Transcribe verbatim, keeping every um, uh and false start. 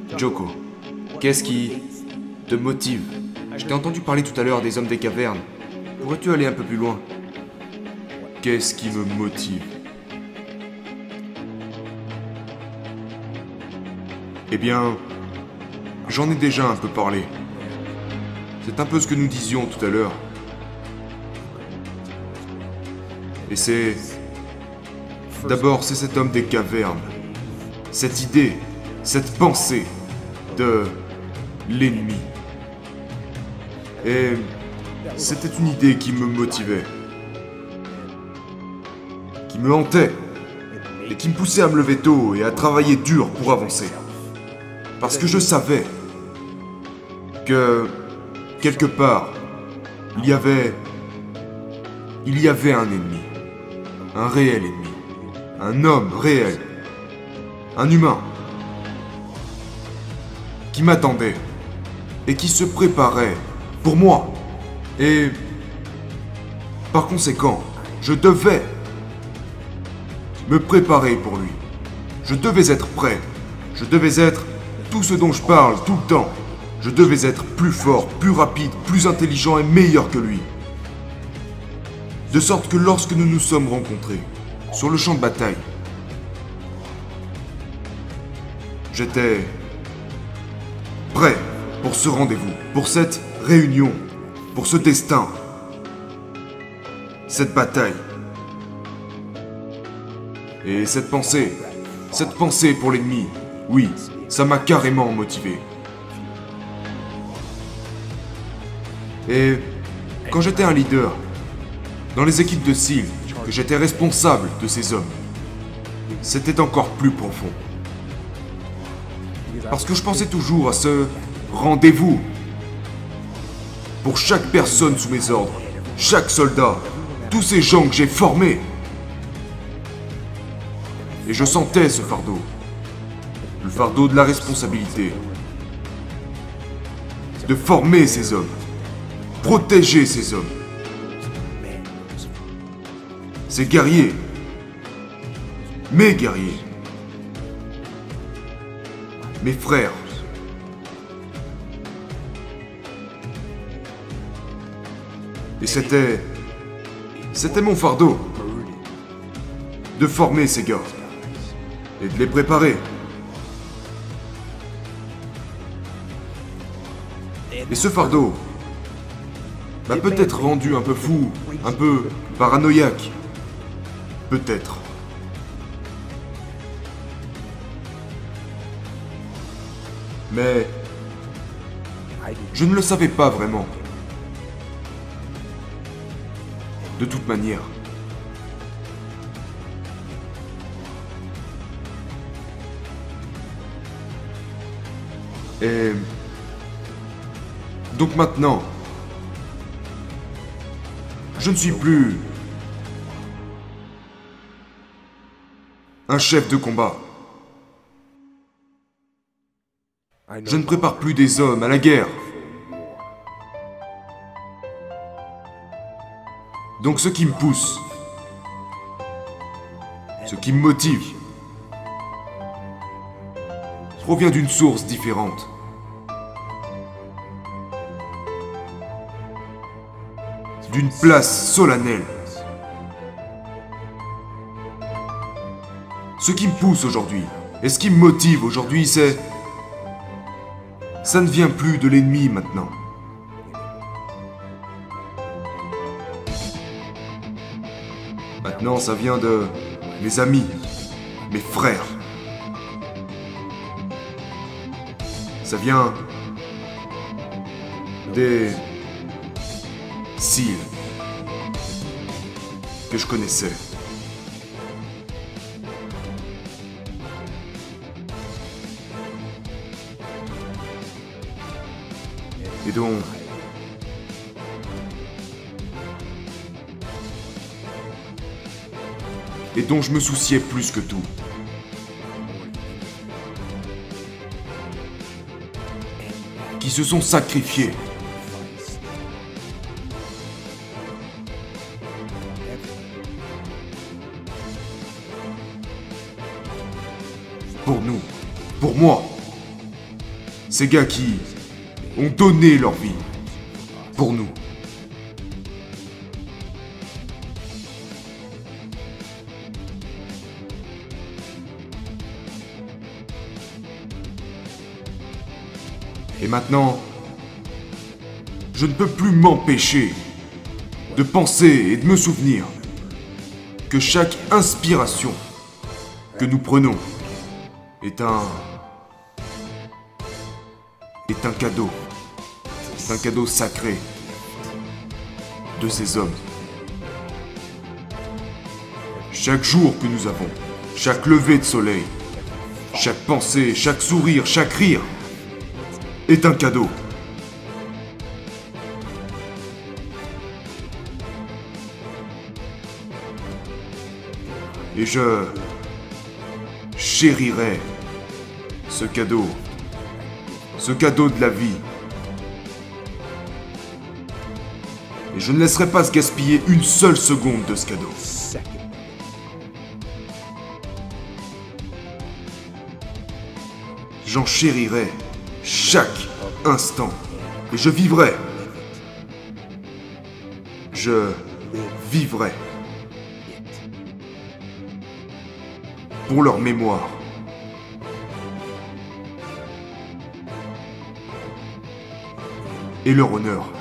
Joko, qu'est-ce qui te motive? Je t'ai entendu parler tout à l'heure des hommes des cavernes. Pourrais-tu aller un peu plus loin? Qu'est-ce qui me motive? Eh bien, j'en ai déjà un peu parlé. C'est un peu ce que nous disions tout à l'heure. Et c'est... D'abord, c'est cet homme des cavernes. Cette idée, cette pensée de l'ennemi. Et c'était une idée qui me motivait, qui me hantait, et qui me poussait à me lever tôt et à travailler dur pour avancer. Parce que je savais que, quelque part, il y avait... Il y avait un ennemi. Un réel ennemi. Un homme réel. Un humain. Qui m'attendait. Et qui se préparait pour moi. Et... Par conséquent, je devais me préparer pour lui. Je devais être prêt. Je devais être tout ce dont je parle tout le temps. Je devais être plus fort, plus rapide, plus intelligent et meilleur que lui. De sorte que lorsque nous nous sommes rencontrés, sur le champ de bataille, j'étais prêt pour ce rendez-vous, pour cette réunion, pour ce destin, cette bataille. Et cette pensée, cette pensée pour l'ennemi, oui, ça m'a carrément motivé. Et quand j'étais un leader, dans les équipes de S E A L, que j'étais responsable de ces hommes, c'était encore plus profond. Parce que je pensais toujours à ce rendez-vous pour chaque personne sous mes ordres, chaque soldat, tous ces gens que j'ai formés. Et je sentais ce fardeau, le fardeau de la responsabilité, de former ces hommes, protéger ces hommes. Ces guerriers, mes guerriers, mes frères. Et c'était... C'était mon fardeau. De former ces gars. Et de les préparer. Et ce fardeau m'a peut-être rendu un peu fou, un peu paranoïaque. Peut-être. Mais... je ne le savais pas vraiment. De toute manière. Et... donc maintenant... je ne suis plus... un chef de combat. Je ne prépare plus des hommes à la guerre. Donc ce qui me pousse, ce qui me motive, provient d'une source différente. D'une place solennelle. Ce qui me pousse aujourd'hui, et ce qui me motive aujourd'hui, c'est... ça ne vient plus de l'ennemi maintenant. Maintenant, ça vient de mes amis, mes frères. Ça vient des S E A L que je connaissais. Et donc... et dont je me souciais plus que tout. Qui se sont sacrifiés. Pour nous. Pour moi. Ces gars qui ont donné leur vie pour nous. Et maintenant, je ne peux plus m'empêcher de penser et de me souvenir que chaque inspiration que nous prenons est un... est un cadeau. C'est un cadeau sacré de ces hommes. Chaque jour que nous avons, chaque lever de soleil, chaque pensée, chaque sourire, chaque rire est un cadeau. Et je chérirai ce cadeau, ce cadeau de la vie. Et je ne laisserai pas se gaspiller une seule seconde de ce cadeau. J'en chérirai chaque instant. Et je vivrai. Je vivrai. Pour leur mémoire. Et leur honneur.